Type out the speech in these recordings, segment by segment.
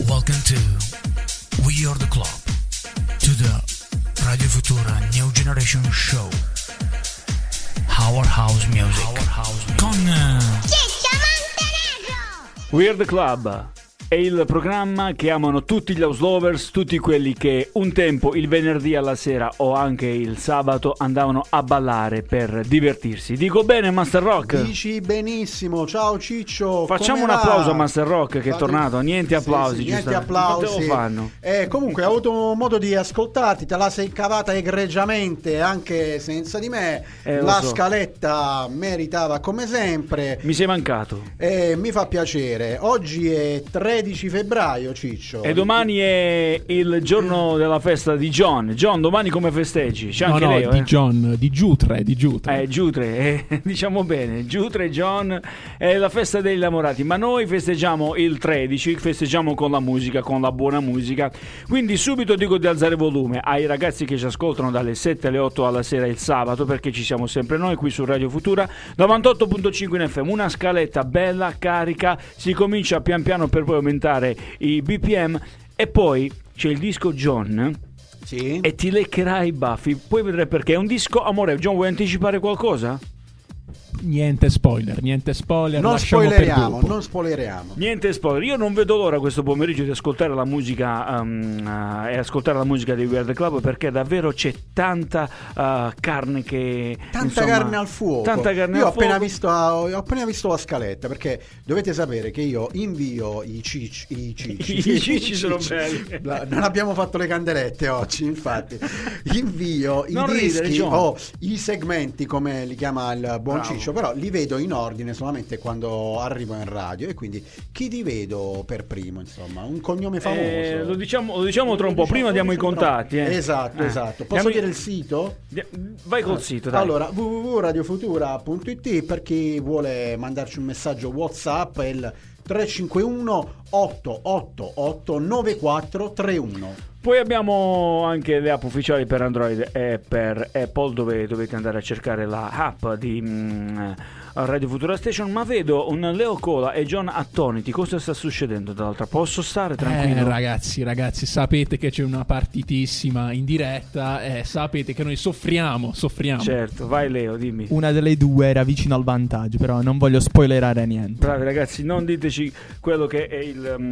Welcome to We Are The Club, to the Radio Futura New Generation Show. Our House Music. Con We Are The Club è il programma che amano tutti gli house lovers, tutti quelli che un tempo il venerdì alla sera o anche il sabato andavano a ballare per divertirsi. Dico bene, Master Rock? Dici benissimo, ciao Ciccio. Facciamo un applauso a Master Rock che è tornato. Niente applausi, sì, niente applausi. Fanno? Comunque hai avuto modo di ascoltarti, te la sei cavata egregiamente anche senza di me. La so. Scaletta meritava come sempre. Mi sei mancato. Mi fa piacere. Oggi è 13 febbraio, Ciccio. E domani è il giorno della festa di John. John, domani come festeggi? C'è anche Leo, di John, di Giutre. Giutre, diciamo bene, Giutre, John, è la festa degli innamorati, ma noi festeggiamo il 13, festeggiamo con la musica, con la buona musica, quindi subito dico di alzare volume ai ragazzi che ci ascoltano dalle 7 alle 8 alla sera il sabato, perché ci siamo sempre noi qui su Radio Futura 98.5 in FM, una scaletta bella, carica, si comincia pian piano per poi aumentare i BPM e poi c'è il disco John. Sì. E ti leccherai i baffi. Poi vedrai perché è un disco. Amore, John, vuoi anticipare qualcosa? Niente spoiler. Non spoileriamo. Niente spoiler. Io non vedo l'ora questo pomeriggio di ascoltare la musica e ascoltare la musica dei We Are The Club, perché davvero c'è tanta carne che carne al fuoco. Io ho appena visto la scaletta, perché dovete sapere che io invio i cicci sono belli. Non abbiamo fatto le candelette oggi, infatti. Invio i dischi i segmenti, come li chiama il buon Ciccio, però li vedo in ordine solamente quando arrivo in radio, e quindi chi ti vedo per primo, insomma, un cognome famoso. Lo diciamo tra un po', prima diamo i contatti. Esatto. Posso dire il sito? Vai col sito, dai. Allora, www.radiofutura.it, per chi vuole mandarci un messaggio WhatsApp è il 351 888 9431. Poi abbiamo anche le app ufficiali per Android e per Apple, dove dovete andare a cercare la app di Radio Futura Station. Ma vedo un Leo Cola e John attoniti. Cosa sta succedendo dall'altra? Posso stare tranquillo? Ragazzi, sapete che c'è una partitissima in diretta, sapete che noi soffriamo. Certo, vai Leo, dimmi. Una delle due era vicino al vantaggio, però non voglio spoilerare niente. Bravi ragazzi, non diteci quello che è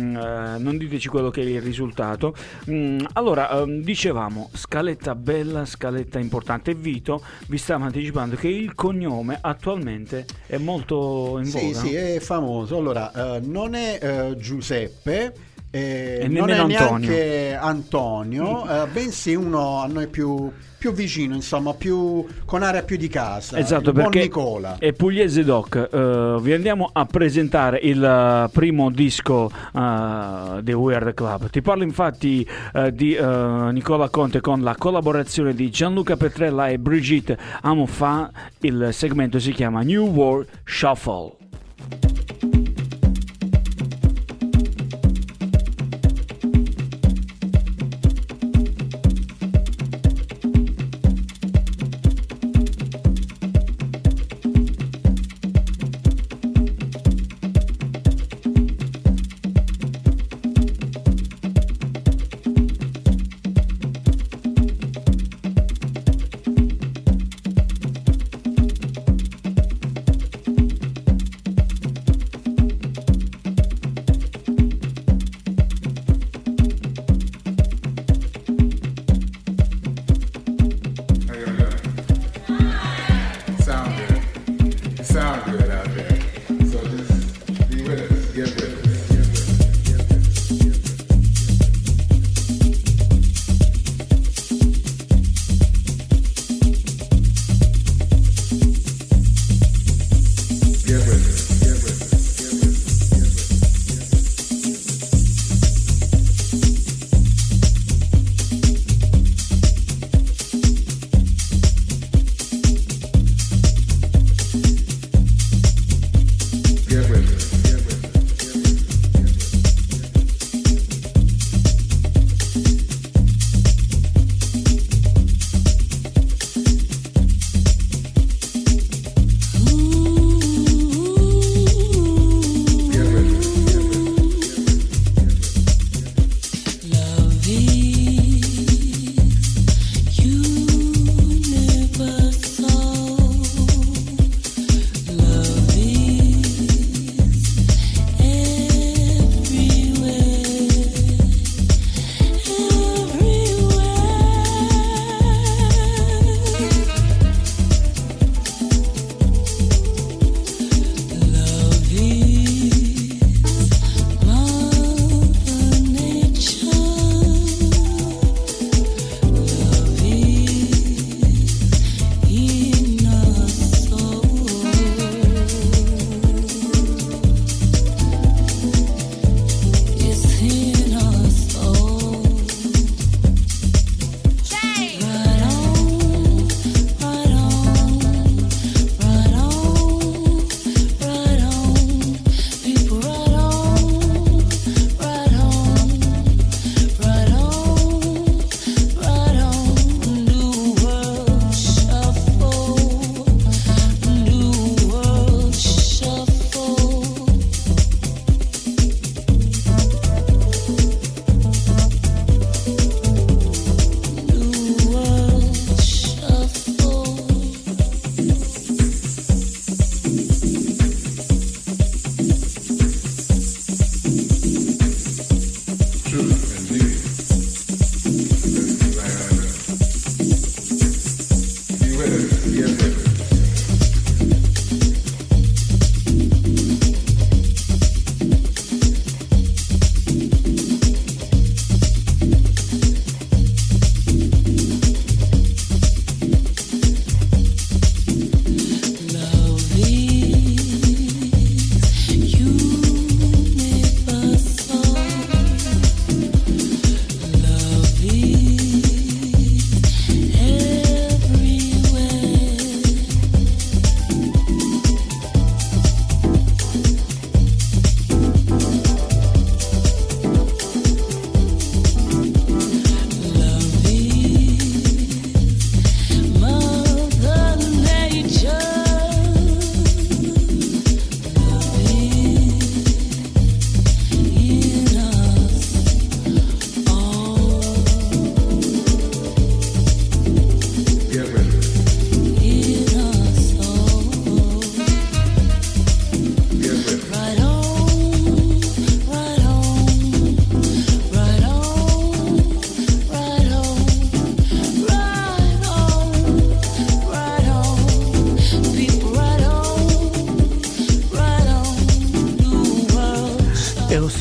il risultato. Allora, dicevamo, scaletta bella, scaletta importante. Vito vi stava anticipando che il cognome attualmente è molto in voga. Sì, è famoso. Allora, non è Giuseppe, e non è Antonio. Neanche Antonio, bensì uno a noi più vicino, insomma, con area più di casa. Esatto, il buon perché Nicola è pugliese doc. Vi andiamo a presentare il primo disco di We Are The Club. Ti parlo infatti di Nicola Conte, con la collaborazione di Gianluca Petrella e Brigitte Amofa. Il segmento si chiama New World Shuffle.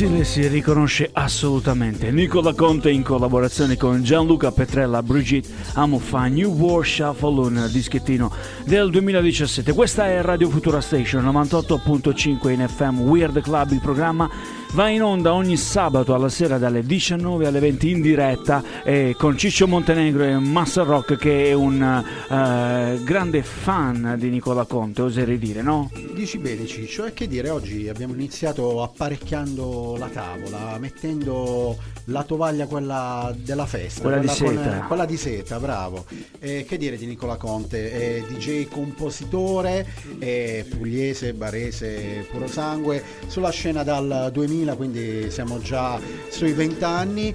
stile si riconosce assolutamente. Nicola Conte in collaborazione con Gianluca Petrella, Brigitte Amofa, New World Shuffle, un dischettino del 2017. Questa è Radio Futura Station 98.5 in FM, Weird Club. Il programma va in onda ogni sabato alla sera dalle 19 alle 20 in diretta con Ciccio Montenegro e Master Rock, che è un grande fan di Nicola Conte, oserei dire, no? Dici bene, Ciccio, e che dire, oggi abbiamo iniziato apparecchiando la tavola, mettendo la tovaglia, quella della festa, quella di seta. Quella di seta, bravo. Che dire di Nicola Conte? DJ compositore, pugliese, barese, puro sangue, sulla scena dal 2000, quindi siamo già sui 20 anni.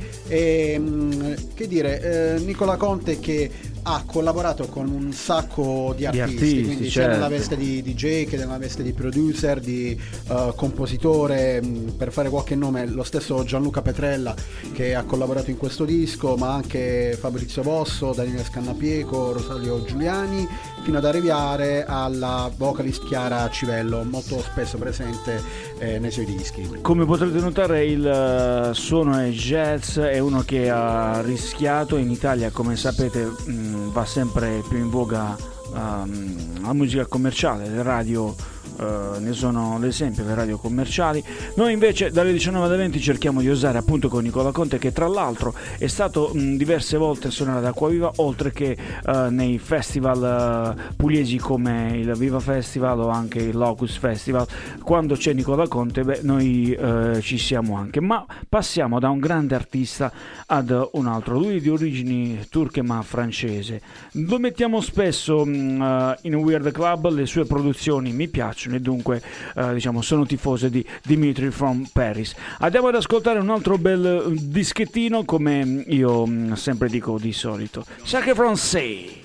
Che dire, Nicola Conte che ha collaborato con un sacco di artisti, quindi certo, sia nella veste di DJ che nella veste di producer, di compositore, per fare qualche nome, lo stesso Gianluca Petrella che ha collaborato in questo disco, ma anche Fabrizio Bosso, Daniele Scannapieco, Rosario Giuliani, fino ad arrivare alla vocalist Chiara Civello, molto spesso presente nei suoi dischi. Come potrete notare, il suono è jazz, è uno che ha rischiato in Italia, come sapete. Va sempre più in voga la musica commerciale, le radio ne sono l'esempio, le radio commerciali. Noi invece dalle 19 alle 20 cerchiamo di osare appunto con Nicola Conte, che tra l'altro è stato diverse volte a suonare ad Acquaviva, oltre che nei festival pugliesi come il Viva Festival o anche il Locus Festival. Quando c'è Nicola Conte, noi ci siamo anche. Ma passiamo da un grande artista ad un altro, lui di origini turche ma francese. Lo mettiamo spesso in Weird Club, le sue produzioni mi piacciono e dunque diciamo sono tifoso di Dimitri from Paris. Andiamo ad ascoltare un altro bel dischettino, come io sempre dico di solito, Sacré Français.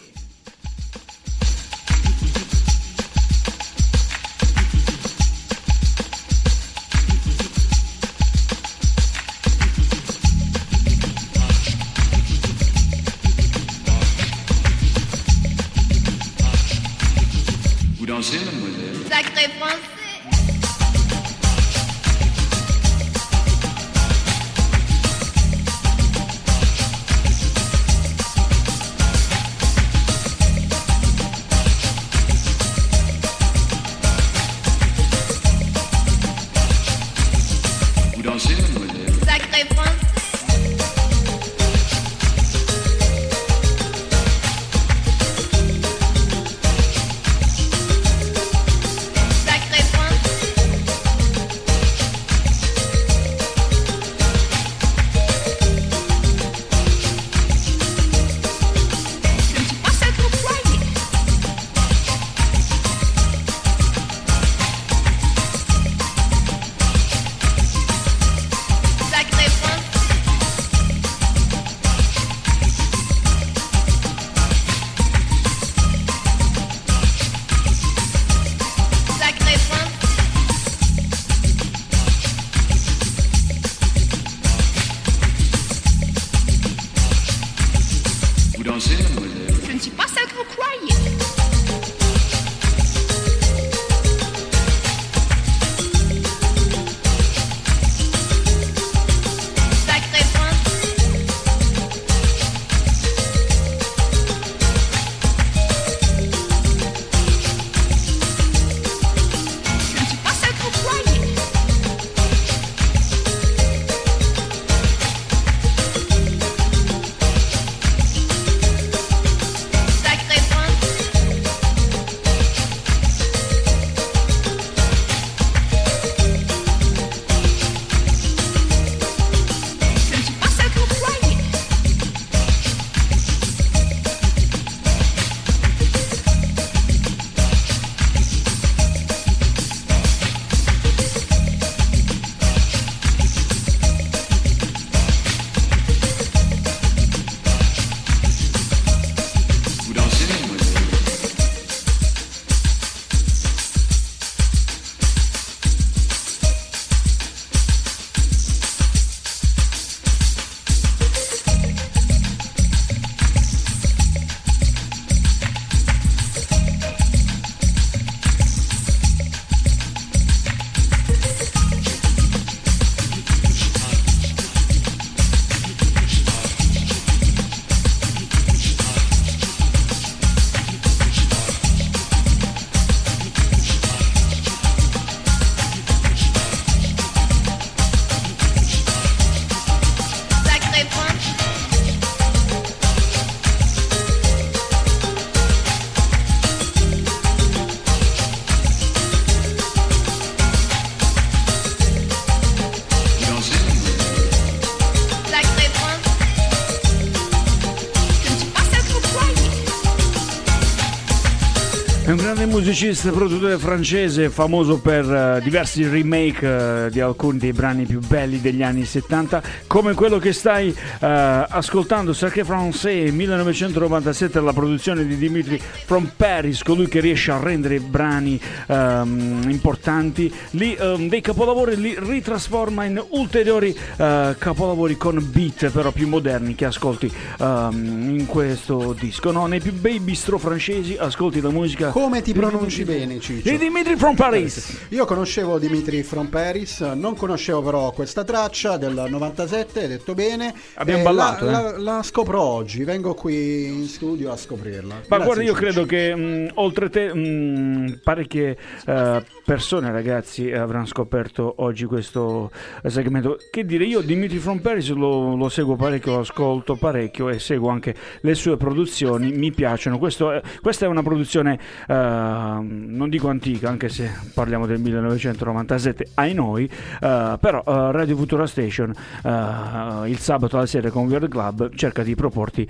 Vous dansez, mademoiselle? Sacré Français. Vous dansez, mademoiselle? Sacré Français. Sacré Français. grande musicista e produttore francese, famoso per diversi remake di alcuni dei brani più belli degli anni 70, come quello che stai ascoltando, Sacré Français 1997, la produzione di Dimitri from Paris, colui che riesce a rendere brani importanti, dei capolavori li ritrasforma in ulteriori capolavori con beat però più moderni che ascolti in questo disco, no? Nei più bei bistro francesi ascolti la musica. Come ti pronunci bene, Ciccio? Di Dimitri from Paris. Io conoscevo Dimitri from Paris, non conoscevo però questa traccia del 97, hai detto bene. Abbiamo ballato. La scopro oggi, vengo qui in studio a scoprirla. Ma Grazie, guarda, io Ciccio. credo che oltre te parecchie persone, ragazzi, avranno scoperto oggi questo segmento. Che dire, io Dimitri from Paris lo seguo parecchio, lo ascolto parecchio e seguo anche le sue produzioni, mi piacciono. Questa è una produzione non dico antica, anche se parliamo del 1997 ai noi, però Radio Futura Station il sabato alla sera con Weird Club cerca di proporti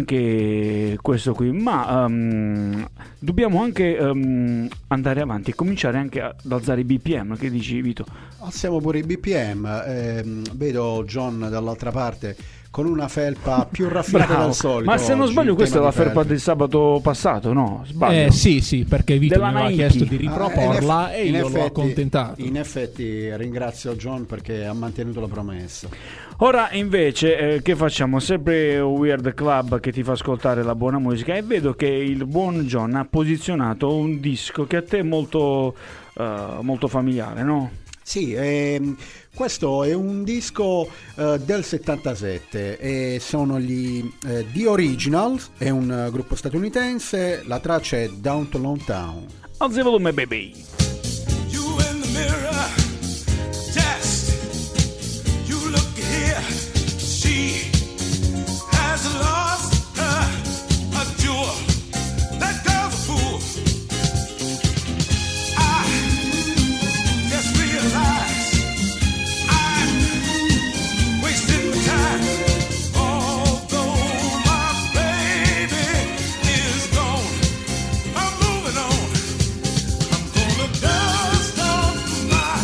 anche questo qui, ma dobbiamo anche andare avanti e cominciare anche ad alzare i BPM. Che dici, Vito? Alziamo pure i BPM, vedo John dall'altra parte con una felpa più raffinata del solito. Ma se non oggi, sbaglio, in questa è tema la di felpa felpe. del sabato passato, no? Sbaglio. Sì, perché Vito Della mi aveva Nike. chiesto di riproporla e in io l'ho effetti- accontentato. In effetti ringrazio John perché ha mantenuto la promessa. Ora invece che facciamo? Sempre Weird Club che ti fa ascoltare la buona musica, e vedo che il buon John ha posizionato un disco che a te è molto familiare, no? Sì, questo è un disco del 77 e sono gli The Originals, è un gruppo statunitense, la traccia è Down to Lone Town. Alza il volume, baby. You in the mirror, test. You look here, she has lost a jewel. That girl's a fool. I just realized I'm wasting my time. Although my baby is gone, I'm moving on. I'm gonna dust off my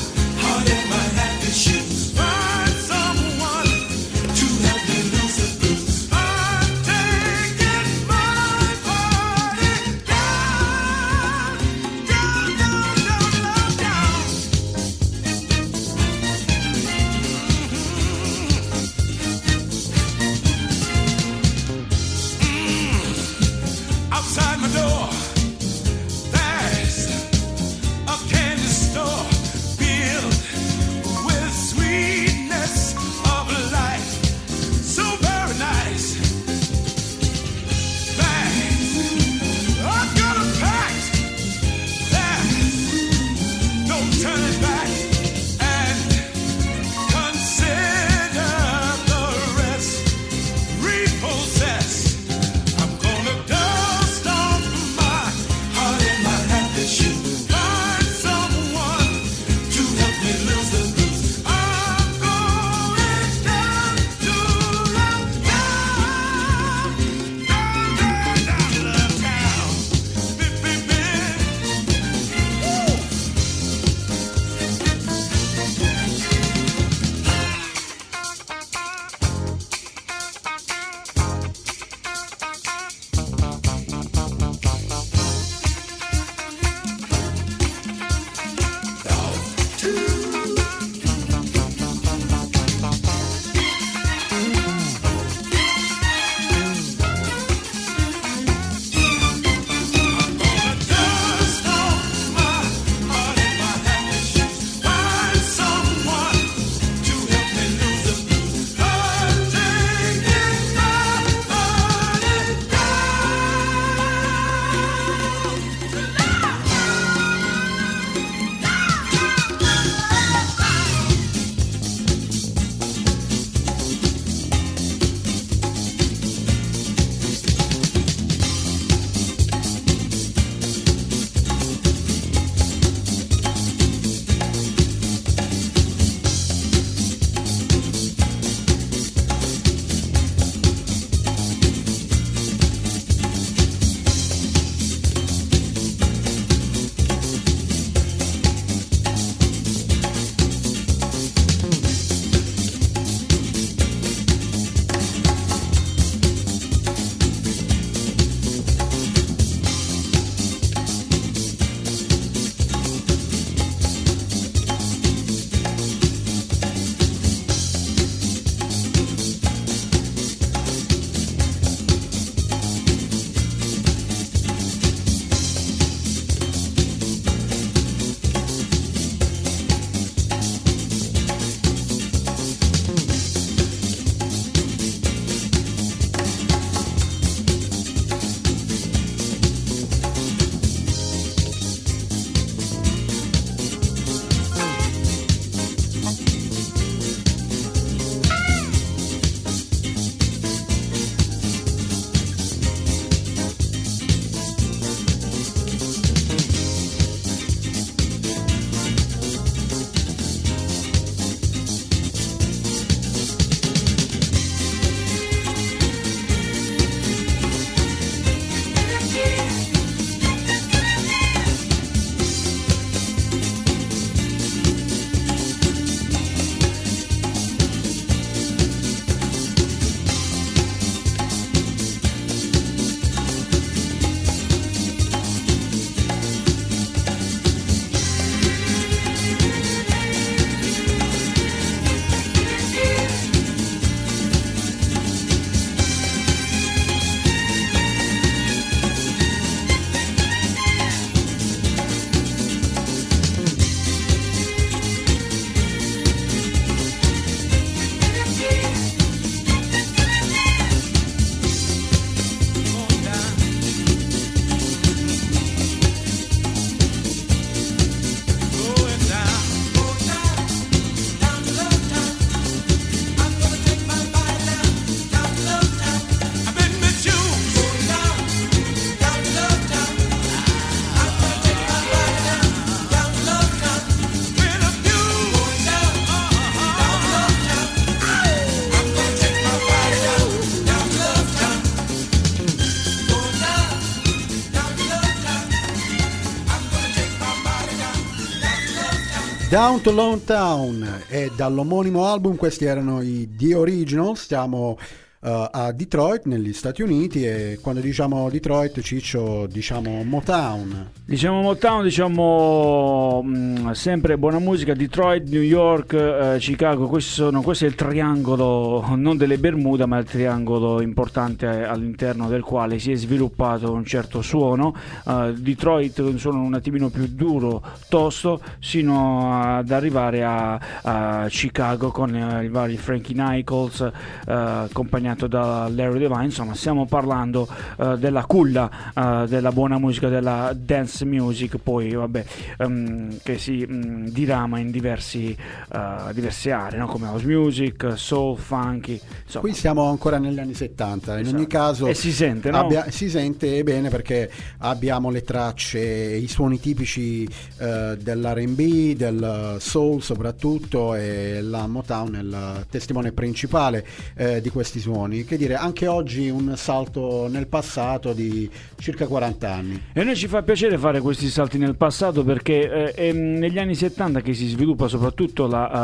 Down to Lone Town, e dall'omonimo album questi erano i The Originals. Stiamo a Detroit negli Stati Uniti, e quando diciamo Detroit, Ciccio, diciamo Motown. Diciamo Motown, diciamo sempre buona musica. Detroit, New York, Chicago, questo è il triangolo, non delle Bermuda, ma il triangolo importante all'interno del quale si è sviluppato un certo suono. Detroit un suono un attimino più duro, tosto, sino ad arrivare a Chicago con i vari Frankie Nichols, accompagnato da Larry Devine. Insomma, stiamo parlando della culla della buona musica, della dance music, poi vabbè, che si dirama in diverse aree, no? Come house music, soul, funky, insomma. Qui siamo ancora negli anni 70, in ogni caso, e si sente, no? Si sente bene, perché abbiamo le tracce, i suoni tipici dell'R&B, del soul soprattutto, e la Motown è il testimone principale di questi suoni. Che dire, anche oggi un salto nel passato di circa 40 anni. E a noi ci fa piacere fare questi salti nel passato, perché è negli anni 70 che si sviluppa soprattutto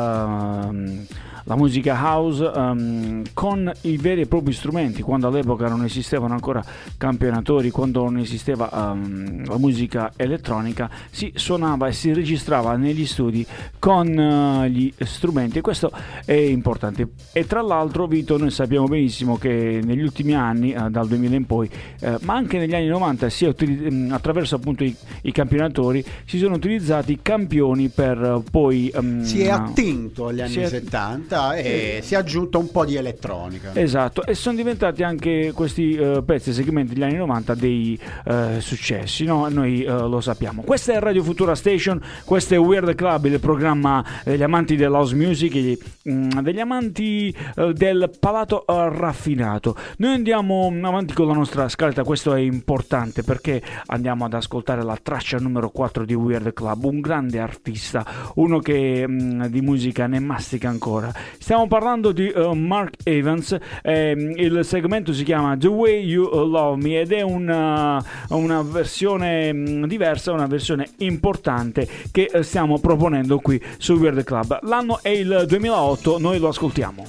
la musica house, con i veri e propri strumenti. Quando all'epoca non esistevano ancora campionatori, quando non esisteva la musica elettronica, si suonava e si registrava negli studi con gli strumenti, e questo è importante. E tra l'altro, Vito, noi sappiamo benissimo che negli ultimi anni, dal 2000 in poi, ma anche negli anni 90, attraverso appunto i campionatori, si sono utilizzati campioni per poi si è attinto agli anni 70 e si è aggiunto un po' di elettronica. Esatto, e sono diventati anche questi pezzi, segmenti degli anni 90 dei successi, no? Noi lo sappiamo. Questa è Radio Futura Station, questo è Weird Club, il programma degli amanti dell'house music, degli amanti del palato raffinato. Noi andiamo avanti con la nostra scaletta, questo è importante perché andiamo ad ascoltare la traccia numero 4 di Weird Club, un grande artista, uno che di musica ne mastica ancora. Stiamo parlando di Mark Evans, il segmento si chiama The Way You Love Me, ed è una versione diversa, una versione importante che stiamo proponendo qui su Weird Club. L'anno è il 2008, noi lo ascoltiamo.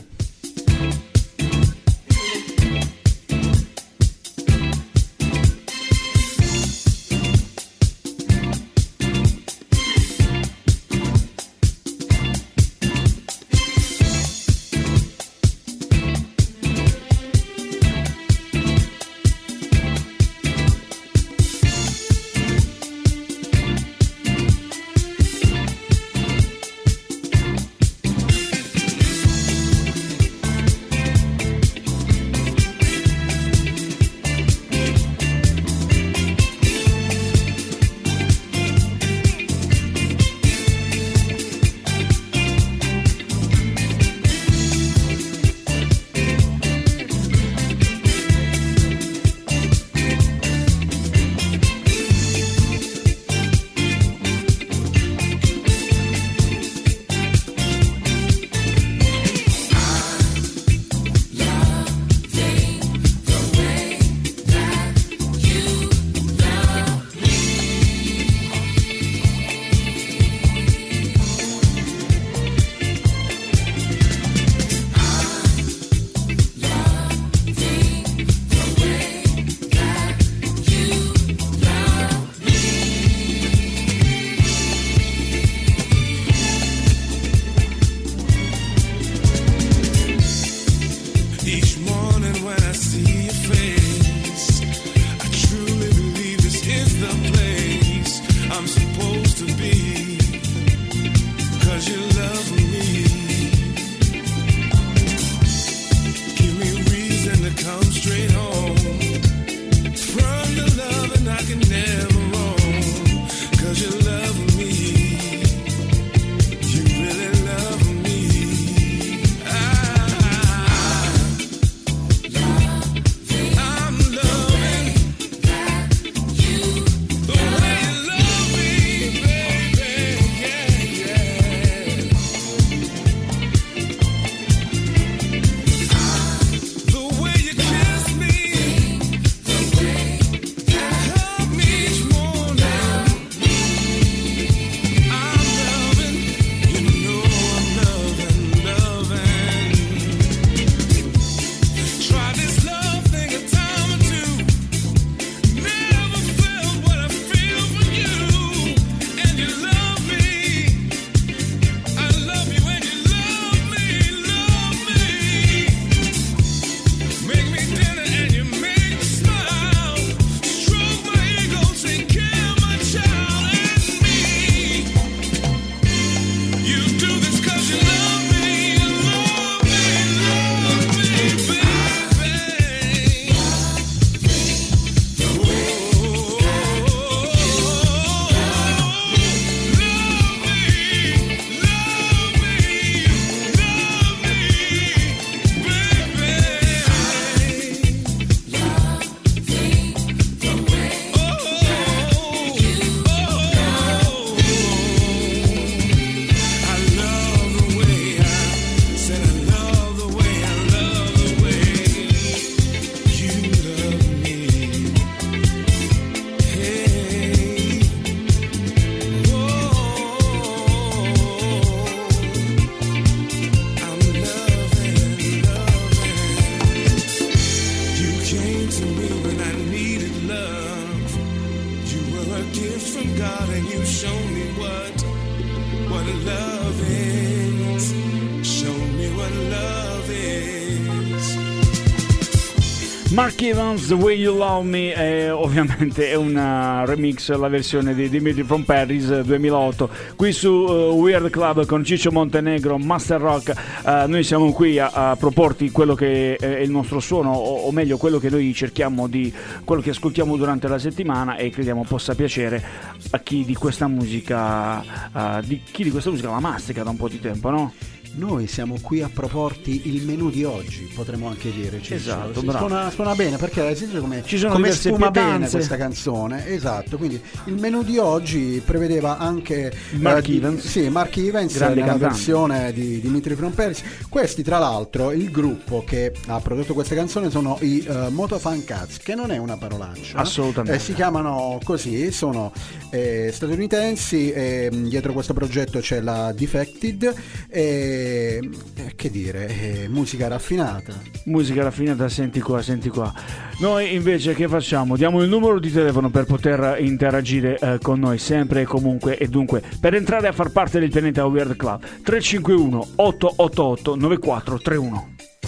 Mark Evans, The Way You Love Me, ovviamente è una remix, la versione di Dimitri from Paris 2008, qui su Weird Club con Ciccio Montenegro, Master Rock. Noi siamo qui a proporti quello che è il nostro suono, o meglio quello che noi cerchiamo quello che ascoltiamo durante la settimana, e crediamo possa piacere a chi di questa musica la mastica da un po' di tempo, no? Noi siamo qui a proporti il menù di oggi, potremmo anche dire. Esatto, suona bene, perché sentite come diverse spuma pietanze. bene questa canzone. Esatto, quindi il menù di oggi prevedeva anche Mark Evans. Sì, Mark Evans Grande nella cantante. versione di Dimitri from Paris. Questi, tra l'altro, il gruppo che ha prodotto queste canzoni sono i Motofan Cats, che non è una parolaccia. Assolutamente. Si chiamano così, sono statunitensi, e dietro questo progetto c'è la Defected, che dire, musica raffinata. Senti qua. Noi invece che facciamo? Diamo il numero di telefono per poter interagire con noi sempre e comunque e dunque, per entrare a far parte del pianeta Weird Club. 351 888 9431.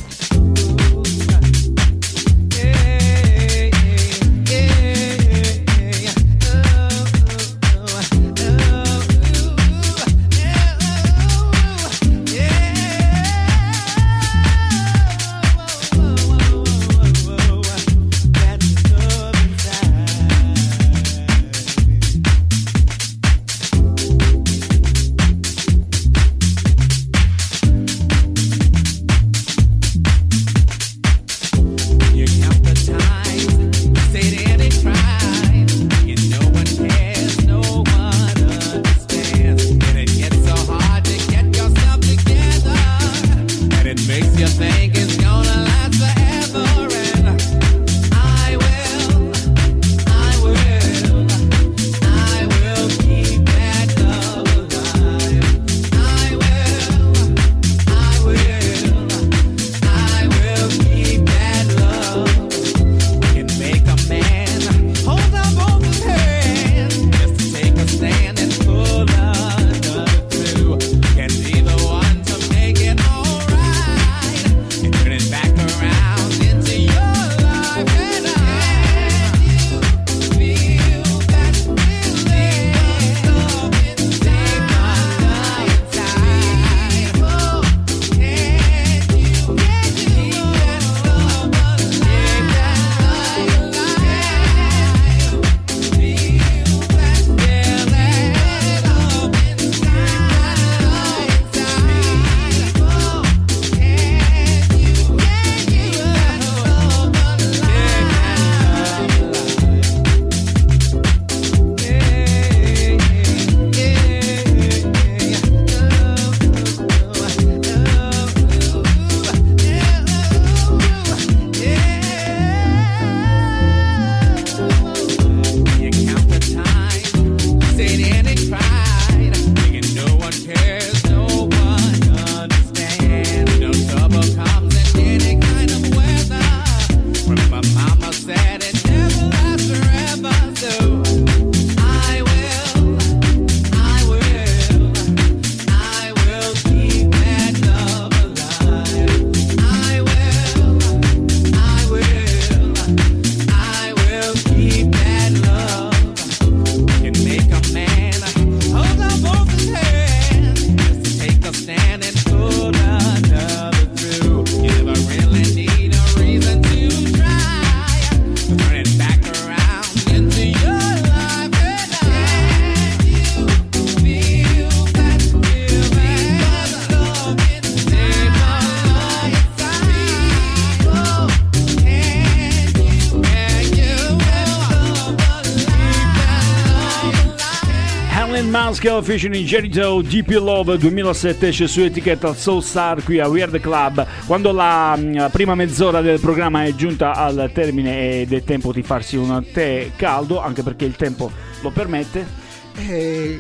Mansell featuring Jericho, DP Love 2007, esce su etichetta Soul Star qui a Weird Club. Quando la prima mezz'ora del programma è giunta al termine ed è tempo di farsi un tè caldo, anche perché il tempo lo permette.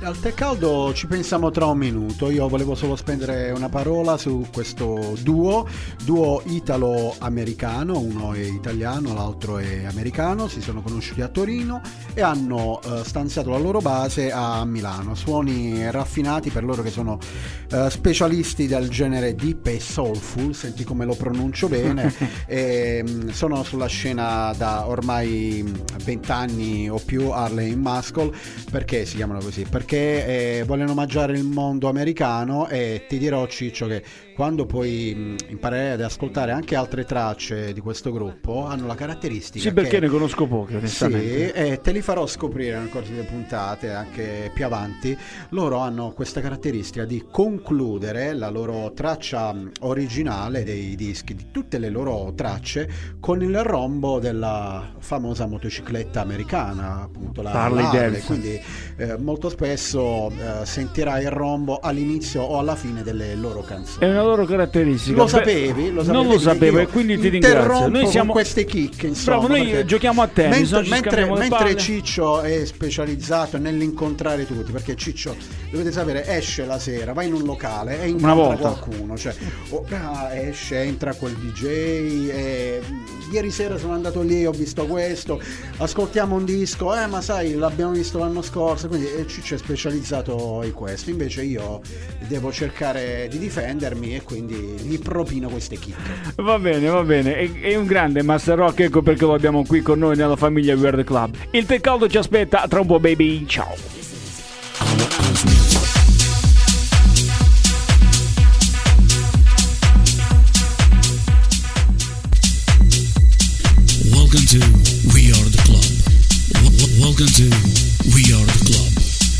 Al tè caldo ci pensiamo tra un minuto. Io volevo solo spendere una parola su questo duo italo-americano. Uno è italiano, l'altro è americano. Si sono conosciuti a Torino e hanno stanziato la loro base a Milano. Suoni raffinati per loro che sono specialisti del genere deep e soulful. Senti come lo pronuncio bene. E, sono sulla scena da ormai 20 anni o più, Harley in Muscle. Perché si chiamano così? Perché vogliono omaggiare il mondo americano, e ti dirò, Ciccio, che quando poi imparerai ad ascoltare anche altre tracce di questo gruppo, hanno la caratteristica perché che, ne conosco poche, onestamente. sì, e te li farò scoprire nel corso delle puntate anche più avanti. Loro hanno questa caratteristica di concludere la loro traccia originale dei dischi, di tutte le loro tracce, con il rombo della famosa motocicletta americana, appunto la Harley Davidson. Quindi molto spesso sentirai il rombo all'inizio o alla fine delle loro canzoni. È una loro caratteristica. Lo sapevi? Non lo sapevo, e quindi ti ringrazio. Noi siamo con queste chicche, insomma. Bravo, noi giochiamo a tennis, mentre Ciccio è specializzato nell'incontrare tutti, perché Ciccio, dovete sapere, esce la sera, va in un locale e incontra qualcuno, cioè esce, entra quel DJ e ieri sera sono andato lì, ho visto questo, ascoltiamo un disco, ma sai, l'abbiamo visto l'anno scorso, quindi Ciccio è specializzato in questo. Invece io devo cercare di difendermi e quindi gli propino queste chicche. Va bene, è un grande Master Rock, ecco perché lo abbiamo qui con noi nella famiglia We Are The Club. Il tè caldo ci aspetta tra un po', baby, ciao. Welcome to We Are The Club. Welcome to We Are The Club.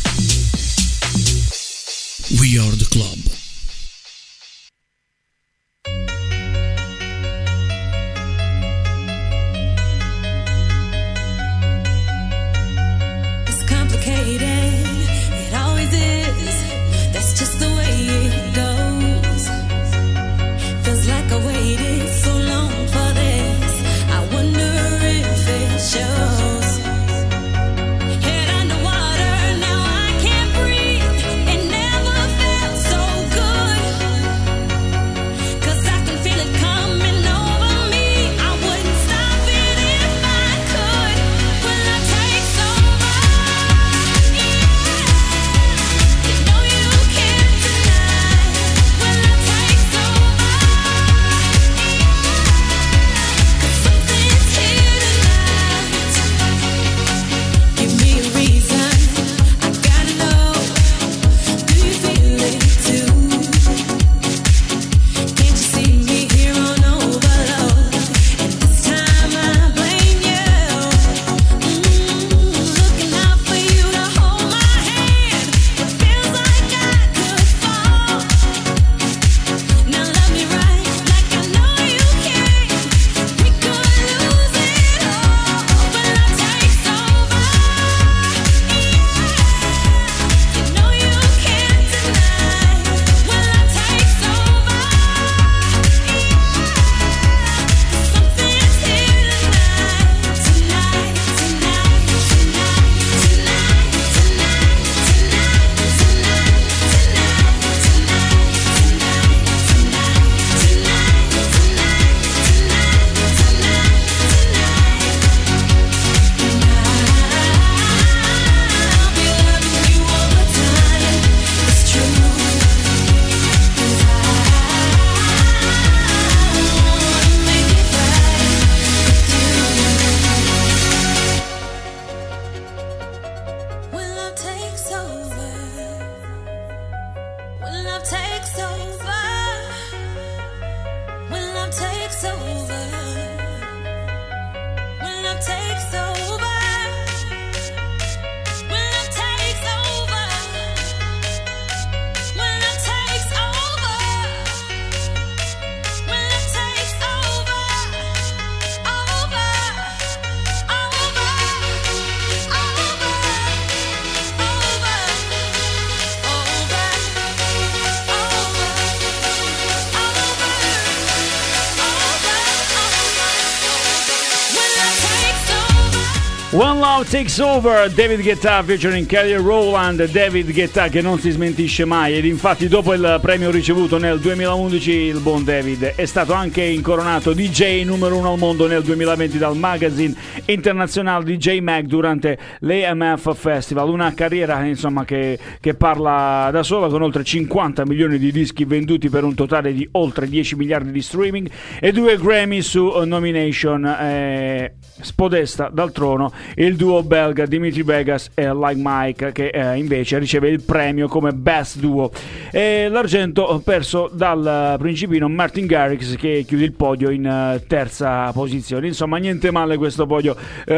We Are The Club. It's complicated, it always is. That's just the way it goes. Feels like I waited so long for this. I wonder if it shows. And One Love Takes Over, David Guetta featuring Kelly Rowland. David Guetta che non si smentisce mai, ed infatti dopo il premio ricevuto nel 2011 il buon David è stato anche incoronato DJ numero 1 al mondo nel 2020 dal magazine internazionale DJ Mag durante l'AMF Festival. Una carriera insomma che parla da sola, con oltre 50 milioni di dischi venduti per un totale di oltre 10 miliardi di streaming e 2 Grammy su nomination. Spodesta dal trono il duo belga Dimitri Vegas e Like Mike, che invece riceve il premio come Best Duo, e l'argento perso dal principino Martin Garrix, che chiude il podio in terza posizione. Insomma, niente male questo podio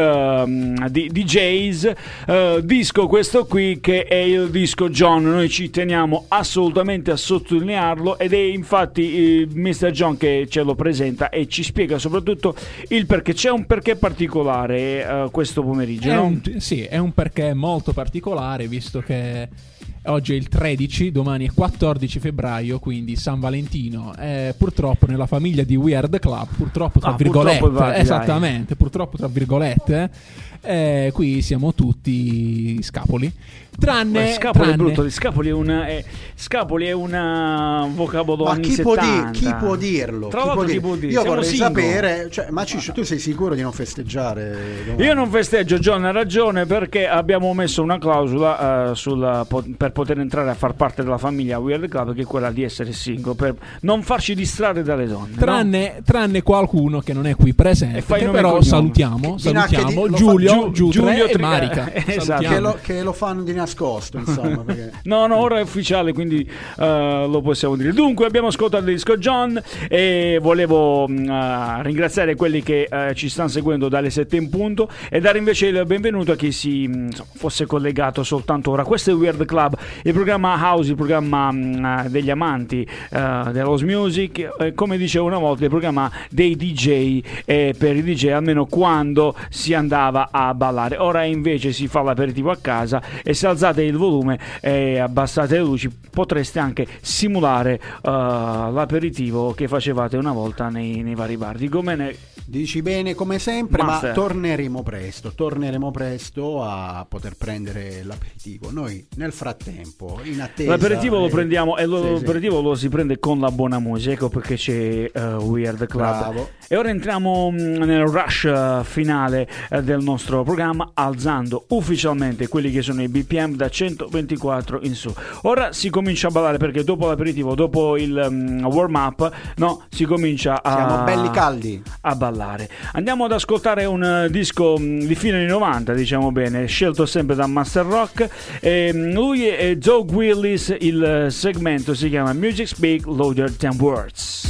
di DJs. Disco questo qui, che è il disco John, noi ci teniamo assolutamente a sottolinearlo, ed è infatti Mr. John che ce lo presenta e ci spiega soprattutto il perché. C'è un perché particolare questo pomeriggio, no? Sì, è un perché molto particolare, visto che oggi è il 13, domani è 14 febbraio, quindi San Valentino. Purtroppo nella famiglia di We Are The Club, purtroppo tra virgolette, purtroppo, esattamente, purtroppo tra virgolette, qui siamo tutti scapoli. Scapoli è brutto, Scapoli è un vocabolo ma anni chi 70. Chi può dirlo? Tra l'altro chi può dire? Io Siamo vorrei single. sapere, cioè, ma Ciccio, tu sei sicuro di non festeggiare domani? Io non festeggio, John ha ragione, perché abbiamo messo una clausola per poter entrare a far parte della famiglia We Are The Club, che è quella di essere single, per non farci distrarre dalle donne, tranne qualcuno che non è qui presente, E fai che nome e però cognome. salutiamo lo fa Giulio e Tri- Marica. esatto. Salutiamo. che lo fanno di nascosto, insomma, perché... No, ora è ufficiale, quindi lo possiamo dire. Dunque, abbiamo ascoltato il disco John e volevo ringraziare quelli che ci stanno seguendo dalle 7 in punto, e dare invece il benvenuto a chi fosse collegato soltanto ora. Questo è Weird Club, il programma house, il programma degli amanti dell'house music, come dicevo una volta, il programma dei DJ, per i DJ, almeno quando si andava a ballare. Ora invece si fa l'aperitivo a casa, e se alzate il volume e abbassate le luci potreste anche simulare l'aperitivo che facevate una volta nei vari bar. Dico bene? Dici bene come sempre, Master. ma torneremo presto a poter prendere l'aperitivo. Noi nel frattempo, in attesa, l'aperitivo lo prendiamo, e sì. l'aperitivo lo si prende con la buona musica, ecco perché c'è We Are The Club. Bravo. E ora entriamo nel rush finale del nostro programma, alzando ufficialmente quelli che sono i BPM da 124 in su. Ora si comincia a ballare, perché dopo l'aperitivo, dopo il warm up, no, si comincia Siamo belli caldi a ballare. Andiamo ad ascoltare un disco di fine anni 90, diciamo bene, scelto sempre da Master Rock. Lui è Doug Willis, il segmento si chiama Music Speak Louder Than Words.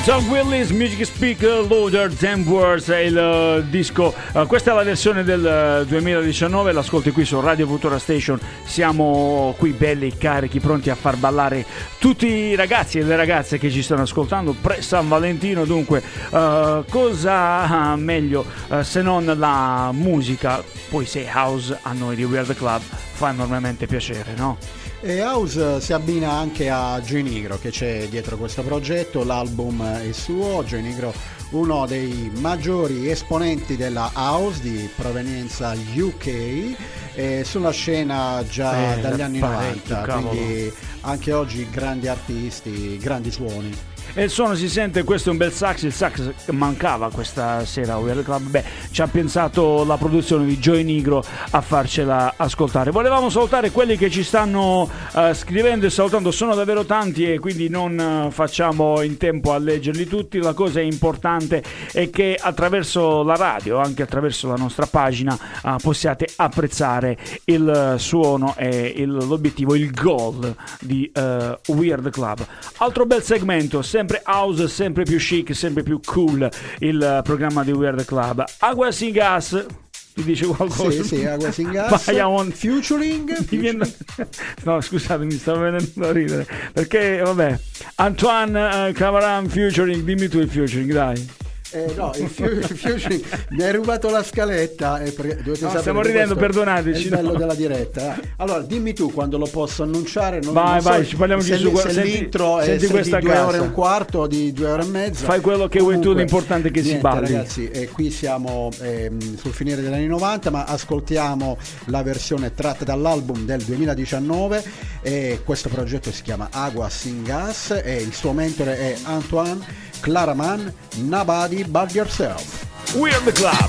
Tom Willis, Music Speak Louder Than Words è il disco, questa è la versione del 2019, l'ascolti qui su Radio Futura Station. Siamo qui belli carichi, pronti a far ballare tutti i ragazzi e le ragazze che ci stanno ascoltando pre San Valentino. Dunque cosa meglio se non la musica, poi se house a noi di We Are The Club fa enormemente piacere, no? E House si abbina anche a Joey Negro che c'è dietro questo progetto, l'album è suo. Joey Negro, uno dei maggiori esponenti della House di provenienza UK, sulla scena già dagli anni 90, cavolo. quindi anche oggi grandi artisti, grandi suoni. E il suono si sente, questo è un bel sax, il sax mancava questa sera a We Are The Club. Beh, ci ha pensato la produzione di Joey Negro a farcela ascoltare. Volevamo salutare quelli che ci stanno scrivendo e salutando, sono davvero tanti e quindi non facciamo in tempo a leggerli tutti. La cosa importante è che attraverso la radio, anche attraverso la nostra pagina, possiate apprezzare il suono e l'obiettivo, il goal di We Are The Club. Altro bel segmento, sempre house, sempre più chic, sempre più cool, il programma di We Are The Club. Agua sin gas, ti dice qualcosa? Sì, Agua sin gas. Featuring. No, scusate, mi stavo venendo a ridere perché vabbè, Antoine Camaran featuring, dimmi tu il featuring, dai. No, il featuring mi hai rubato la scaletta. Stiamo ridendo, perdonateci. È il bello della diretta. Allora, dimmi tu quando lo posso annunciare. Vai, ci parliamo se, di su. Se l'intro è di 2 ore e un quarto, di 2 ore e mezza. Fai quello che vuoi tu, l'importante è che si balli. Ragazzi, qui siamo sul finire degli anni 90, ma ascoltiamo la versione tratta dall'album del 2019. Questo progetto si chiama Agua sin gas e il suo mentore è Antoine Claraman, Nobody But Yourself. We Are The Club.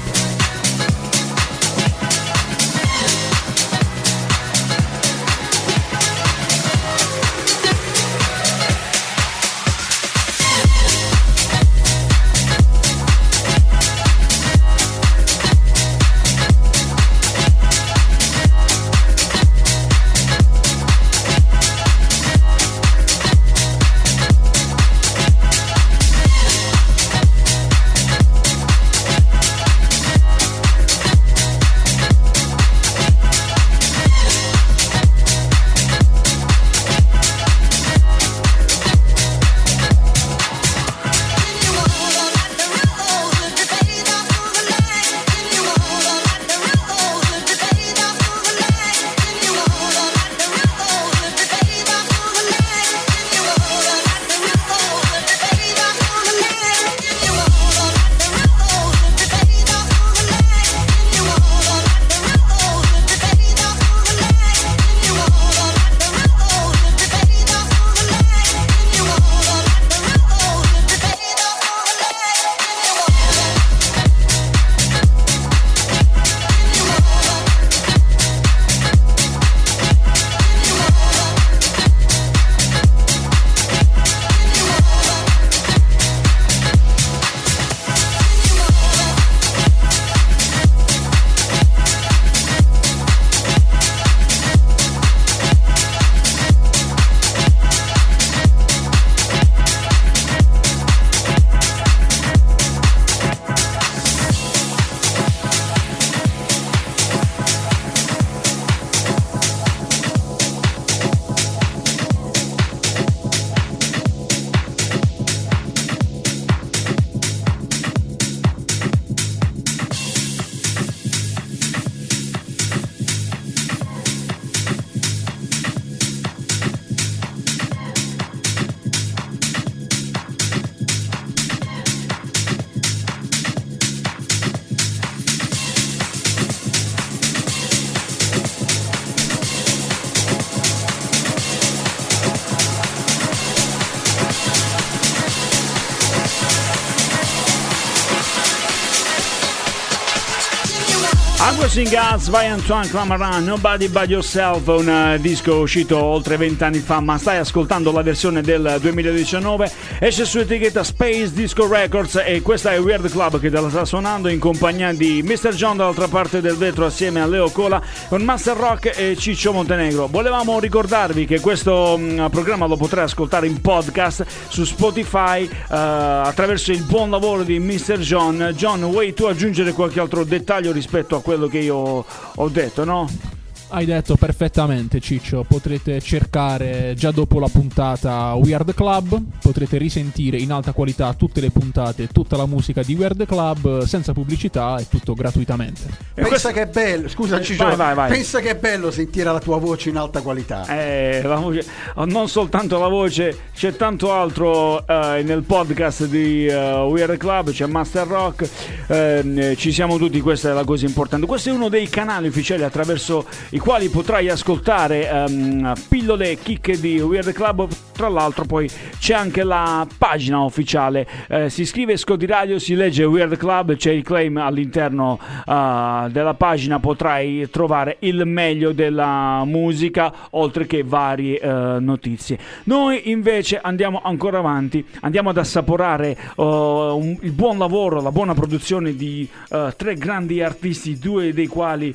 Angus in Gas by Antoine Clamaran, Nobody But Yourself, un disco uscito oltre 20 anni fa, ma stai ascoltando la versione del 2019, esce su etichetta Space Disco Records e questa è Weird Club che te la sta suonando in compagnia di Mr. John dall'altra parte del vetro assieme a Leo Cola con Master Rock e Ciccio Montenegro. Volevamo ricordarvi che questo programma lo potrai ascoltare in podcast su Spotify attraverso il buon lavoro di Mr. John. John, vuoi tu aggiungere qualche altro dettaglio rispetto a quello che io ho detto, no? Hai detto perfettamente, Ciccio. Potrete cercare già dopo la puntata Weird Club, potrete risentire in alta qualità tutte le puntate, tutta la musica di Weird Club senza pubblicità e tutto gratuitamente. Pensa che è bello, scusa Ciccio, vai. Pensa che è bello sentire la tua voce in alta qualità. La voce, non soltanto la voce, c'è tanto altro nel podcast di Weird Club, c'è Master Rock, ci siamo tutti, questa è la cosa importante. Questo è uno dei canali ufficiali attraverso i quali potrai ascoltare pillole chicche di Weird Club. Tra l'altro poi c'è anche la pagina ufficiale, si scrive Scotty Radio, si legge Weird Club, c'è il claim all'interno della pagina, potrai trovare il meglio della musica oltre che varie notizie. Noi invece andiamo ancora avanti, andiamo ad assaporare il buon lavoro, la buona produzione di tre grandi artisti, due dei quali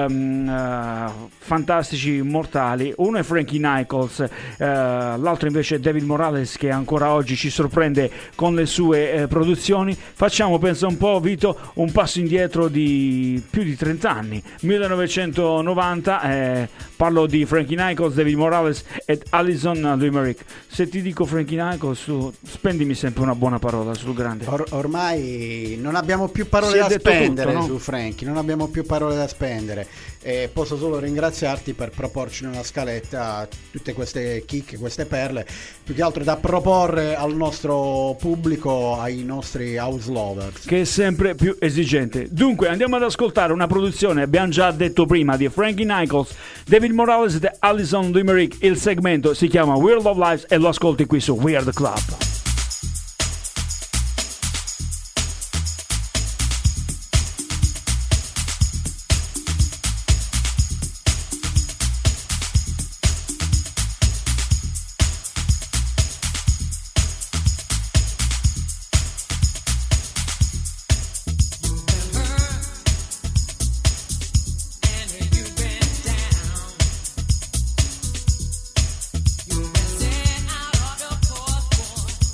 fantastici, mortali. Uno è Frankie Knuckles, l'altro invece è David Morales, che ancora oggi ci sorprende con le sue produzioni. Facciamo, pensa un po', Vito, un passo indietro di più di 30 anni, 1990, parlo di Frankie Knuckles, David Morales ed Alison Limerick. Se ti dico Frankie Knuckles, tu spendimi sempre una buona parola sul grande. Ormai non abbiamo più parole da spendere, tutto, no? Su Frankie non abbiamo più parole da spendere. Posso solo ringraziarti per proporci una scaletta tutte queste chicche, queste perle, più che altro da proporre al nostro pubblico, ai nostri house lovers, che è sempre più esigente. Dunque andiamo ad ascoltare una produzione, abbiamo già detto prima, di Frankie Knuckles, David Morales e Alison Limerick. Il segmento si chiama Weird of Lives e lo ascolti qui su Weird Club. You've been sent out of the fourth ward.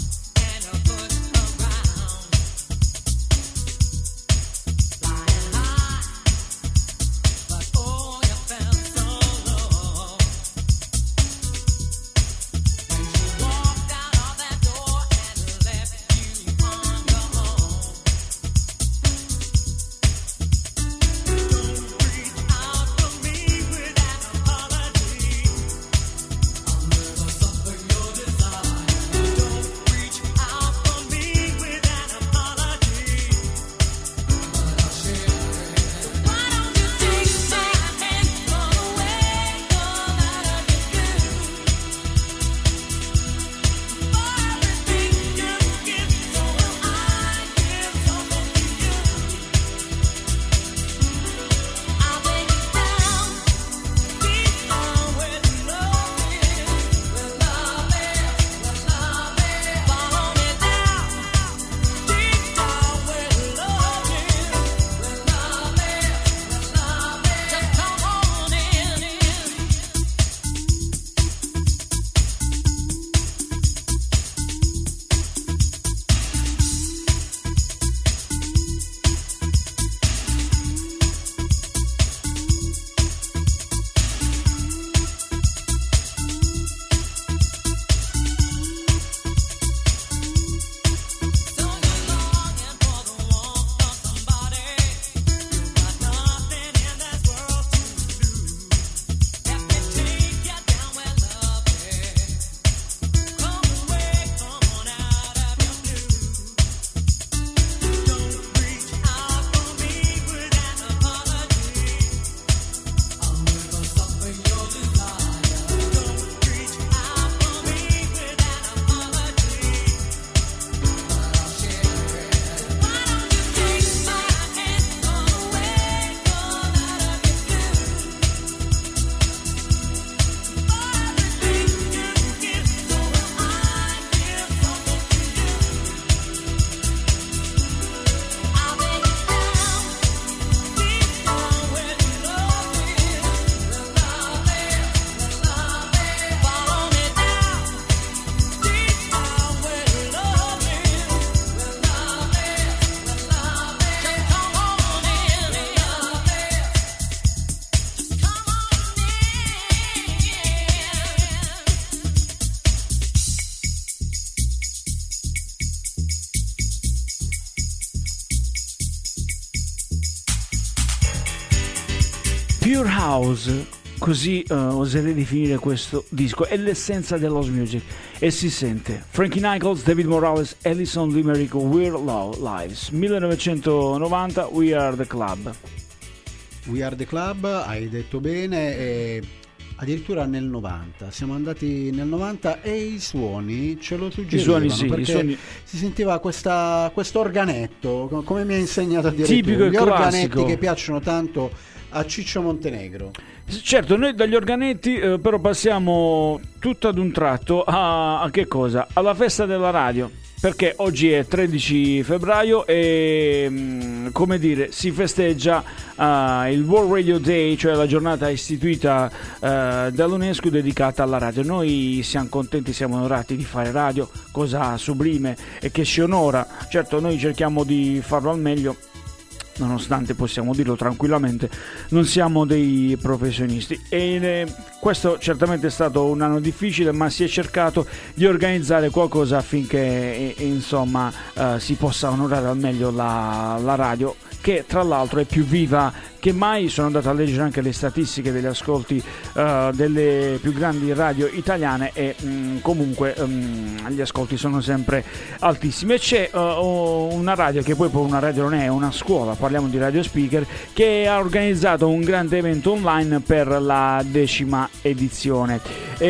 Pure House, così oserei definire questo disco, è l'essenza dell'house music e si sente. Frankie Knuckles, David Morales, Alison Limerick, We're Lives, 1990, We Are The Club. We Are The Club, hai detto bene, e addirittura nel 90, siamo andati nel 90 e i suoni ce lo suggerivano, I suoni, sì, perché i suoni... si sentiva questo organetto, come mi hai insegnato a dire tipico tu, gli e organetti classico che piacciono tanto a Ciccio Montenegro. Certo, noi dagli organetti però passiamo tutto ad un tratto a che cosa? Alla festa della radio, perché oggi è 13 febbraio e come dire, si festeggia il World Radio Day, cioè la giornata istituita dall'UNESCO dedicata alla radio. Noi siamo contenti, siamo onorati di fare radio, cosa sublime e che ci onora. Certo, noi cerchiamo di farlo al meglio, nonostante possiamo dirlo tranquillamente, non siamo dei professionisti e questo certamente è stato un anno difficile, ma si è cercato di organizzare qualcosa affinché insomma si possa onorare al meglio la radio, che tra l'altro è più viva che mai. Sono andato a leggere anche le statistiche degli ascolti delle più grandi radio italiane e comunque gli ascolti sono sempre altissimi. E c'è una radio che poi una radio non è, una scuola, parliamo di Radio Speaker, che ha organizzato un grande evento online per la 10ª edizione.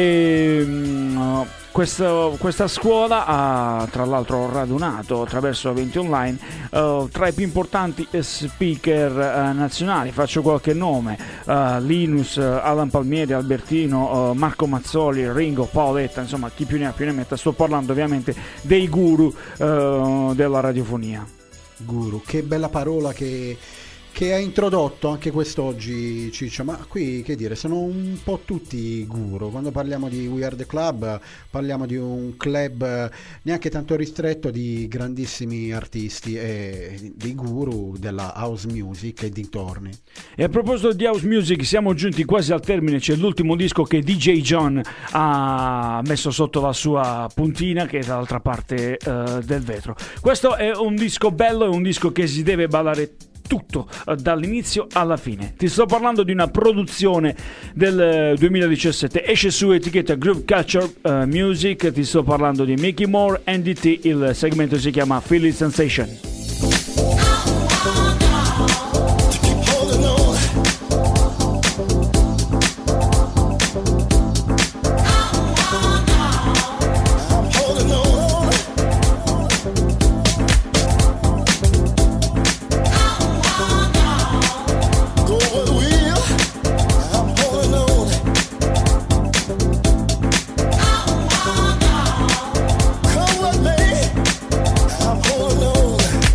Questa scuola ha tra l'altro radunato attraverso eventi online tra i più importanti speaker nazionali. Faccio qualche nome: Linus, Alan Palmieri, Albertino, Marco Mazzoli, Ringo, Paoletta, insomma chi più ne ha più ne metta. Sto parlando ovviamente dei guru della radiofonia. Guru, che bella parola che ha introdotto anche quest'oggi Ciccio, ma qui che dire, sono un po' tutti guru. Quando parliamo di We Are The Club parliamo di un club neanche tanto ristretto di grandissimi artisti e di guru della house music e dintorni. E a proposito di house music, siamo giunti quasi al termine. C'è l'ultimo disco che DJ John ha messo sotto la sua puntina, che è dall'altra parte del vetro. Questo è un disco bello, è un disco che si deve ballare tutto dall'inizio alla fine. Ti sto parlando di una produzione del 2017, esce su etichetta Groove Culture Music. Ti sto parlando di Mickey Moore, NDT, il segmento si chiama Feel It Sensation. Come with me, I'm holding on.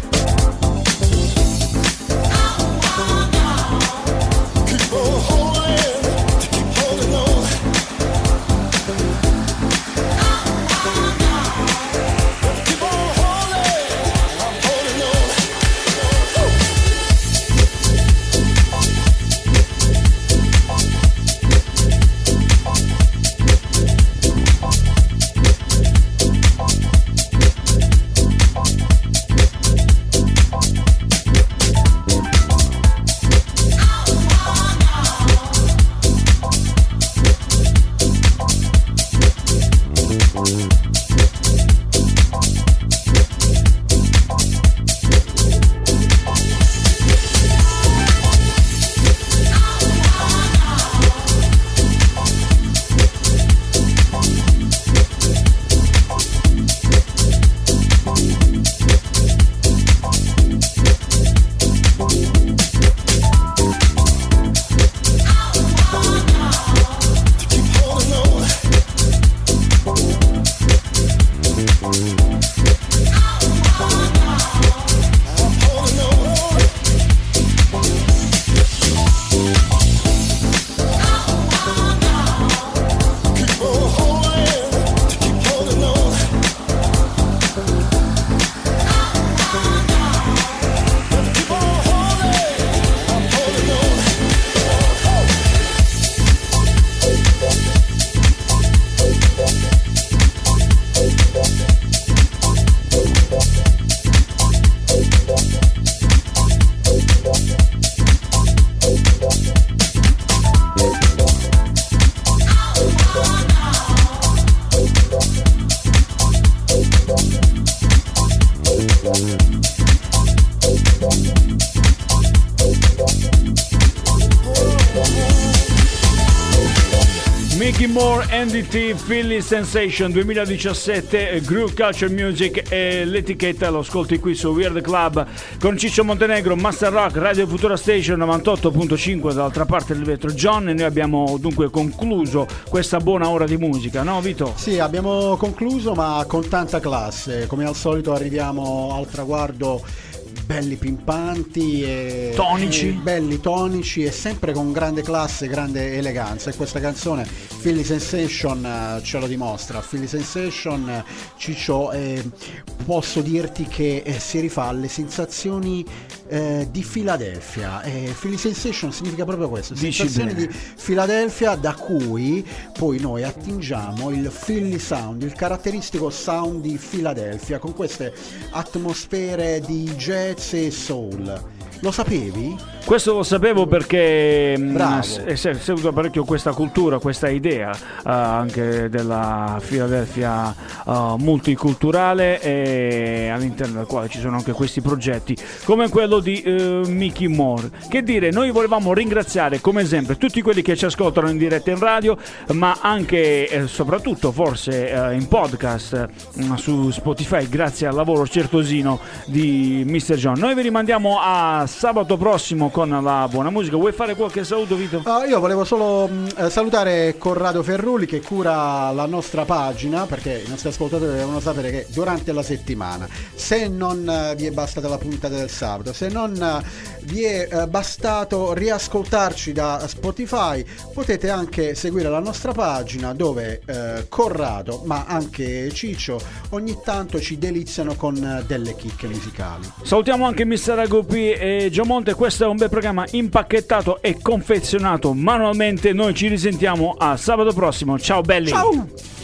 Mickey Moore, NDT, Philly Sensation 2017, Groove Culture Music e l'etichetta lo ascolti qui su Weird Club con Ciccio Montenegro, Master Rock, Radio Futura Station 98.5 dall'altra parte del vetro John, e noi abbiamo dunque concluso questa buona ora di musica, no Vito? Sì, abbiamo concluso, ma con tanta classe, come al solito arriviamo al traguardo belli pimpanti e tonici, belli tonici e sempre con grande classe, grande eleganza, e questa canzone Philly Sensation ce lo dimostra. Philly Sensation, Ciccio, posso dirti che si rifà alle sensazioni di Philadelphia. Philly Sensation significa proprio questo, sensazioni di Philadelphia, da cui poi noi attingiamo il Philly Sound, il caratteristico sound di Philadelphia, con queste atmosfere di jazz e soul. Lo sapevi? Questo lo sapevo perché seguito parecchio questa cultura, questa idea anche della Philadelphia multiculturale, e all'interno del quale ci sono anche questi progetti come quello di Mickey Moore. Che dire, noi volevamo ringraziare come sempre tutti quelli che ci ascoltano in diretta in radio, ma anche e soprattutto forse in podcast su Spotify, grazie al lavoro certosino di Mr. John. Noi vi rimandiamo a sabato prossimo con la buona musica. Vuoi fare qualche saluto, Vito? Io volevo solo salutare Corrado Ferruli, che cura la nostra pagina, perché i nostri ascoltatori devono sapere che durante la settimana, se non vi è bastata la puntata del sabato, se non vi è bastato riascoltarci da Spotify, potete anche seguire la nostra pagina, dove Corrado, ma anche Ciccio, ogni tanto ci deliziano con delle chicche musicali. Salutiamo anche Mr. Agopi e Giomonte. Questo è un bel programma impacchettato e confezionato manualmente. Noi ci risentiamo a sabato prossimo. Ciao belli. Ciao.